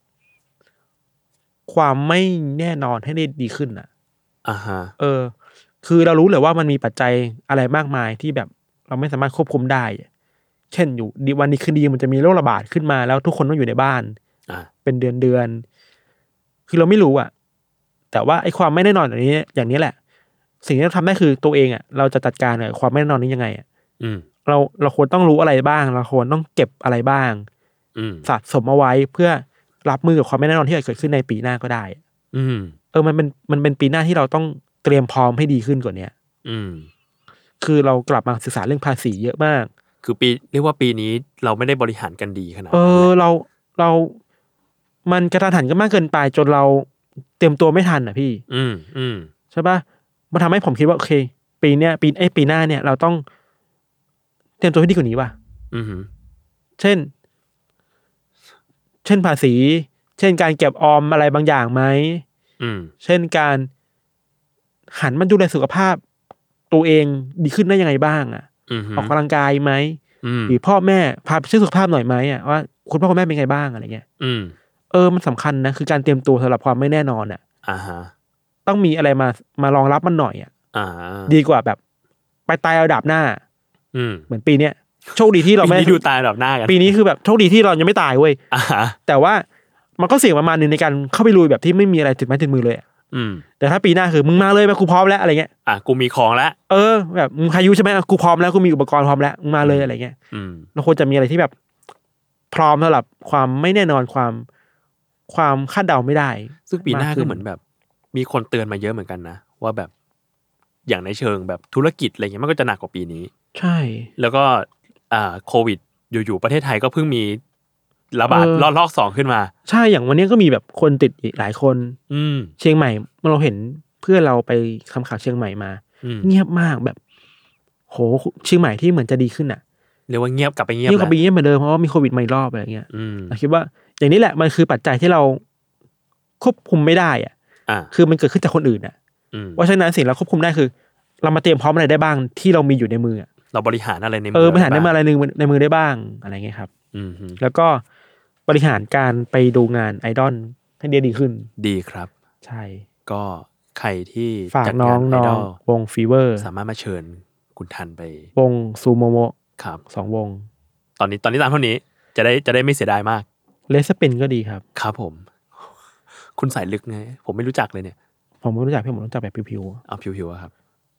ความไม่แน่นอนให้ได้ดีขึ้นอ่ะอ่าฮะเออคือเรารู้เลยว่ามันมีปัจจัยอะไรมากมายที่แบบเราไม่สามารถควบคุมได้เช่นอยู่ดีวันนี้คืนดีมันจะมีโรคระบาดขึ้นมาแล้วทุกคนต้องอยู่ในบ้านอ่าเป็นเดือนเดือนคือเราไม่รู้อ่ะแต่ว่าไอ้ความไม่แน่นอนอย่างนี้อย่างนี้แหละสิ่งที่เราทำได้คือตัวเองอ่ะเราจะจัดการกับความไม่แน่นอนนี้ยังไงอ่ะเราเราควรต้องรู้อะไรบ้างเราควรต้องเก็บอะไรบ้างสะสมเอาไว้เพื่อรับมือกับความไม่แน่นอนที่จะเกิดขึ้นในปีหน้าก็ได้อืมเออมันเป็นมันเป็นปีหน้าที่เราต้องเตรียมพร้อมให้ดีขึ้นกว่านี้อืมคือเรากลับมาศึกษาเรื่องภาษีเยอะมากคือปีเรียกว่าปีนี้เราไม่ได้บริหารกันดีขนาดเออเราเรามันกระทันหันกันมากเกินไปจนเราเตรียมตัวไม่ทันอ่ะพี่อืมอืมใช่ป่ะมันทำให้ผมคิดว่าโอเคปีเนี้ยปีไอ้ปีหน้าเนี่ยเราต้องเตรียมตัวให้ดีกว่านี้ว่ะอืมเช่นเช่นภาษีเช่นการเก็บออมอะไรบางอย่างไหมอืมเช่นการหันมาดูแลสุขภาพตัวเองดีขึ้นได้ยังไงบ้างอ่ะออกกำลังกายไหมหรือพ่อแม่พาไปเช็คสุขภาพหน่อยไหมอ่ะว่าคุณพ่อคุณแม่เป็นไงบ้างอะไรเงี้ยเออมันสำคัญนะคือการเตรียมตัวสำหรับความไม่แน่นอนอ่ะอ่าฮะต้องมีอะไรมามารองรับมันหน่อยอ่ะอ่าดีกว่าแบบไปตายเอาดาบหน้าอืมเหมือนปีเนี้ยโชคดีที่เราไม่ดูตายดาบหน้ากันปีนี้คือแบบโชคดีที่เรายังไม่ตายเว้ยแต่ว่ามันก็เสี่ยงประมาณนึงในการเข้าไปลุยแบบที่ไม่มีอะไรติดไม้ติดมือเลยอืมแต่ถ้าปีหน้าคือมึงมาเลยมากูพร้อมแล้วอะไรเงี้ยอ่ะกูมีของแล้วเออแบบมึงพายุใช่ไหมกูพร้อมแล้วกูมีอุปกรณ์พร้อมแล้วมึงมาเลยอะไรเงี้ยเราควรจะมีอะไรที่แบบพร้อมสำหรับความไม่แน่นอนความความคาดเดาไม่ได้ซึ่งปีหน้าก็เหมือนแบบมีคนเตือนมาเยอะเหมือนกันนะว่าแบบอย่างในเชิงแบบธุรกิจอะไรเงี้ยมันก็จะหนักกว่าปีนี้ใช่แล้วก็อ่าโควิดอยู่ๆประเทศไทยก็เพิ่งมีระบาดรอบรอบสองขึ้นมาใช่อย่างวันนี้ก็มีแบบคนติดอีกหลายคนอืมเชียงใหม่เราเห็นเพื่อนเราไปทำข่าวเชียงใหม่มาเงียบมากแบบโหเชียงใหม่ที่เหมือนจะดีขึ้นอ่ะเรียกว่าเงียบกลับไปเงียบเงียบกลับไปเงียบเหมือนเดิมเพราะว่ามีโควิดใหม่รอบอะไรเงี้ยเราคิดว่าอย่างนี้แหละมันคือปัจจัยที่เราควบคุมไม่ได้อ่ะคือมันเกิดขึ้นจากคนอื่นอ่ะเพราะฉะนั้นสิ่งเราควบคุมได้คือเรามาเตรียมพร้อมอะไรได้บ้างที่เรามีอยู่ในมือเราบริหารอะไรในมือเออบริหารได้มาอะไรนึงในมือได้บ้างอะไรเงี้ยครับแล้วก็บริหารการไปดูงานไอดอลให้ดีดีขึ้นดีครับใช่ก็ใครที่ฝากน้องน้องวงฟีเวอร์สามารถมาเชิญคุณทันไปวงซูโมโมะครับสองวงตอนนี้ตอนนี้ตามเท่านี้จะได้จะได้ไม่เสียดายมากเลสปินก็ดีครับครับผมคุณสายลึกไงผมไม่รู้จักเลยเนี่ยผมไม่รู้จักพี่ผมรู้จักแบบผิวๆเอาผิวๆครับ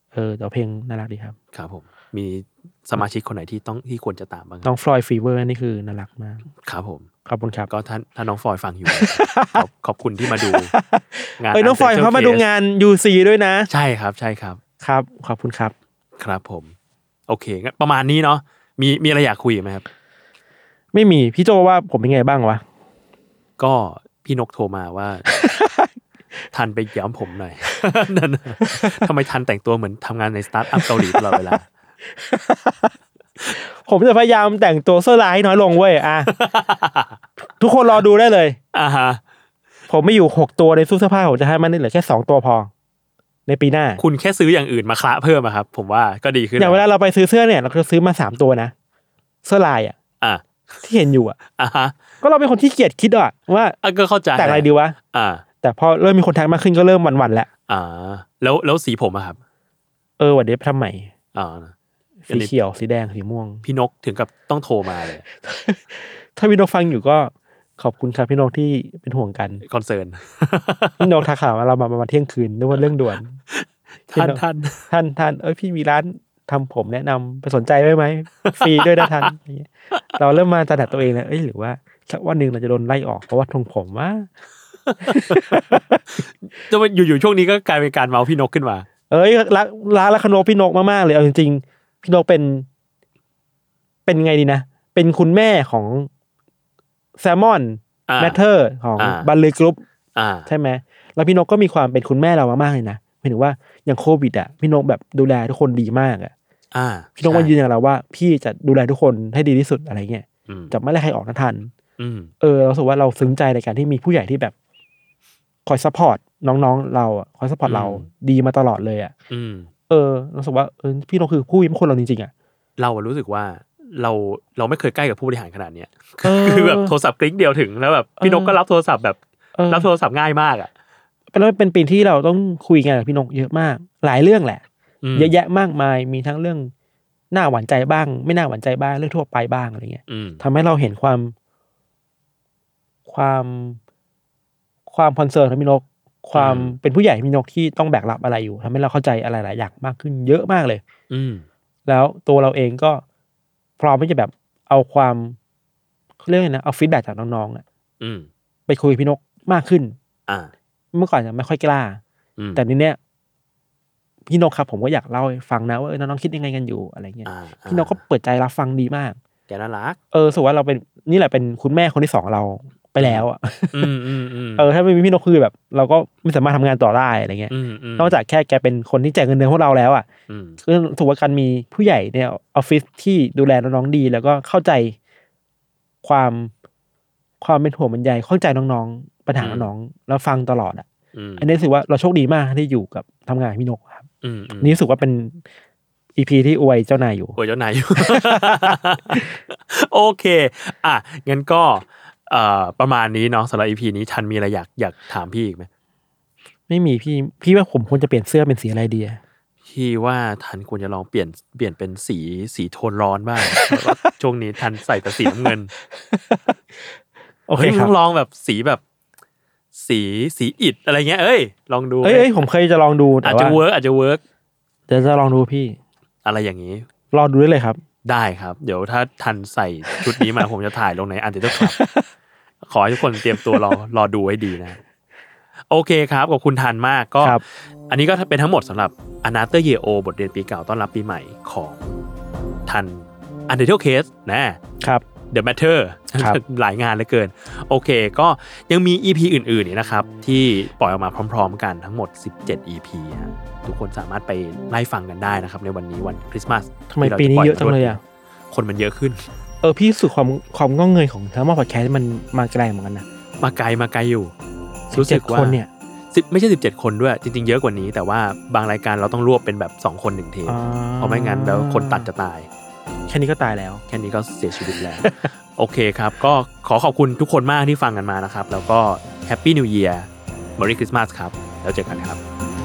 เออแต่เพลงน่ารักดีครับครับผมมีสมาชิกคนไหนที่ต้องที่ควรจะตามบ้างน้องฟลอยด์ฟีเวอร์นี่คือน่ารักมากครับผมขอบคุณครับก็ท่านถ้าน้องฟลอยด์ฟังอยู่ ขอบขอบคุณที่มาดูงานเอ้ยน้องฟลอยด์เขามาดูงาน ยู ซี ด้วยนะใช่ครับใช่ครับครับขอบคุณครับครับผมโอเคงั้นประมาณนี้เนาะมีมีอะไรอยากคุยไหมครับไม่มีพี่โจว่าผมเป็นไงบ้างวะก็พี่นกโทรมาว่า ทันไปย้ำผมหน่อย ทำไมทันแต่งตัวเหมือนทำงานในสตาร์ทอัพเกาหลีตลอดเวลาผมจะพยายามแต่งตัวเสื้อลายให้น้อยลงเว้ยอ่ะ ทุกคนรอดูได้เลยอ่าฮะผมไม่อยู่หกตัวในตู้เสื้อผ้าผมจะให้มันเหลือแค่สองตัวพอในปีหน้าคุณแค่ซื้ออย่างอื่นมาคละเพิ่มอะครับผมว่าก็ดีขึ้นอย่างเวลาเราไปซื้อเสื้อเนี่ยเราจะซื้อมาสามตัวนะเสื้อลายอ่ะอ่ะที่เห็นอยู่อ่ะอ่าฮะก็เราเป็นคนที่เกียจคิดอ่ะว่าก็เข้าใจแต่งอะไรดีวะอ่าแต่พอเริ่มมีคนทักมากขึ้นก็เริ่มหวั่นๆแล้วอ่าแล้วแล้วสีผมอะครับเออวันนี้ทำใหม่อ่าสีเขียวสีแดงสีม่วงพี่นกถึงกับต้องโทรมาเลยถ้าพี่นกฟังอยู่ก็ขอบคุณครับพี่นกที่เป็นห่วงกันคอนเซิร์นพี่นกทักข่าวว่าเรามาประมาณเที่ยงคืนนึกว่าเรื่องด่วนท่านท่านท่านท่านเอ้ยพี่มีร้านทำผมแนะนำไปสนใจได้ไหมฟรีด้วยนะท่านเราเริ่มมาตระหนักตัวเองแล้วเอ้ยหรือว่าสักวันหนึ่งเราจะโดนไล่ออกเพราะว่าทรงผมว่าจะมาอยู่ๆช่วงนี้ก็กลายเป็นการเมาพี่นกขึ้นมาเอ้ยรักรักและขนมพี่นกมากๆเลยเอาจริงๆพี่นกเป็นเป็นไงดีนะเป็นคุณแม่ของแซมมอนแมทเทอร์ของบัลเลกรุ๊ปใช่ไหมแล้วพี่นกก็มีความเป็นคุณแม่เรามากๆเลยนะหมายถึงว่าอย่างโควิดอ่ะพี่นกแบบดูแลทุกคนดีมากอ่ะพี่นกมายืนยันเราว่าพี่จะดูแลทุกคนให้ดีที่สุดอะไรเงี้ยจะไม่ไล่ใครออกทันเออเราสึกว่าเราซึ้งใจในการที่มีผู้ใหญ่ที่แบบคอยซัพพอร์ตน้องๆเราอ่ะคอยซัพพอร์ตเราดีมาตลอดเลยอ่ะเออเราสึกว่าเออพี่นกคือผู้ยิ้มคนเราจริงๆอ่ะเรารู้สึกว่าเราเราไม่เคยใกล้กับผู้บริหารขนาดเนี้ยคือแบบโทรศัพท์กริ๊งเดียวถึงแล้วแบบพี่นกก็รับโทรศัพท์แบบรับโทรศัพท์ง่ายมากอ่ะเป็นว่าเป็นปีที่เราต้องคุยกันกับพี่นกเยอะมากหลายเรื่องแหละเยอะแยะมากมายมีทั้งเรื่องน่าหวั่นใจบ้างไม่น่าหวั่นใจบ้างเรื่องทั่วไปบ้างอะไรเงี้ยทำให้เราเห็นความความความคอนเซิร์นของพี่นกความเป็นผู้ใหญ่พี่นกที่ต้องแบกรับอะไรอยู่ทำให้เราเข้าใจอะไรหลายอย่างมากขึ้นเยอะมากเลยแล้วตัวเราเองก็พร้อมที่จะแบบเอาความเขาเรียกไงนะเอาฟีดแบ็กจากน้องๆอ่ะไปคุยพี่นกมากขึ้นเมื่อก่อนจะไม่ค่อยกล้าแต่ทีเนี้ยพี่นกครับผมก็อยากเล่าให้ฟังนะว่าน้องๆคิดยังไงกันอยู่อะไรเงี้ยพี่นกก็เปิดใจรับฟังดีมากแกน่ารักเออสุว่าเราเป็นนี่แหละเป็นคุณแม่คนที่สองเราไปแล้วอ่ะเออถ้าไม่มีพี่นกคือแบบเราก็ไม่สามารถทำงานต่อได้อะไรเงี้ยนอกจากแค่แกเป็นคนที่แจกเงินเดือนพวกเราแล้วอ่ะคือถือว่าการมีผู้ใหญ่ในออฟฟิศที่ดูแลน้องๆดีแล้วก็เข้าใจความความเป็นห่วงบรรยายเข้าใจน้องๆปัญหาน้องๆแล้วฟังตลอดอ่ะอันนี้รู้สึกว่าเราโชคดีมากที่อยู่กับทำงานพี่นกครับนี่รู้สึกว่าเป็นอีพีที่อวยเจ้านายอยู่อวยเจ้านายอยู่ โอเคอ่ะงั้นก็เอ่อประมาณนี้เนาะสำหรับ อี พี นี้ทันมีอะไรอยากอยากถามพี่อีกไหมไม่มีพี่พี่ว่าผมควรจะเปลี่ยนเสื้อเป็นสีอะไรดีพี่ว่าทันควรจะลองเปลี่ยนเปลี่ยนเป็นสีสีโทนร้อนบ้าง ช่วงนี้ทันใส่แต่สีน้ำเงินโอเคครับลองแบบสีแบบสีสีอิฐอะไรเงี้ยเอ้ยลองดูเอ้ยผมเคยจะลองดูแต่ว่าอาจจะเวิร์กอาจจะเวิร์กเดี๋ยวจะลองดูพี่อะไรอย่างนี้รอดูได้เลยครับได้ครับเดี๋ยวถ้าทันใส่ชุดนี้มาผมจะถ่ายลงในอันเดอร์คลับขอให้ทุกคนเตรียมตัวรอรอดูให้ดีนะโอเคครับขอบคุณทันมากก็อันนี้ก็เป็นทั้งหมดสำหรับ Another Year O บทเรียนปีเก่าต้อนรับปีใหม่ของทัน Untitled Case นะครับ The Matter หลายงานเหลือเกินโอเคก็ยังมี อี พี อื่นๆนี่นะครับที่ปล่อยออกมาพร้อมๆกันทั้งหมดสิบเจ็ด อี พี ฮะทุกคนสามารถไปไล่ฟังกันได้นะครับในวันนี้วันคริสต์มาสทำไมปีนี้เยอะจังเลยอ่ะคนมันเยอะขึ้นเออพี่รู้สึกความความงอกเงยของทั้งหมดพอดแคสต์มันมาไกลเหมือนกันนะมาไกลมาไกลอยู่รู้สึกว่าคนเนี่ยไม่ใช่สิบเจ็ดคนด้วยจริงๆเยอะกว่านี้แต่ว่าบางรายการเราต้องรวบเป็นแบบสองคนหนึ่งเทปเพราะไม่งั้นแล้วคนตัดจะตายแค่นี้ก็ตายแล้วแค่นี้ก็เสียชีวิตแล้ว โอเคครับก็ขอขอบคุณทุกคนมากที่ฟังกันมานะครับแล้วก็ Happy New Year Merry Christmas ครับแล้วเจอกันครับ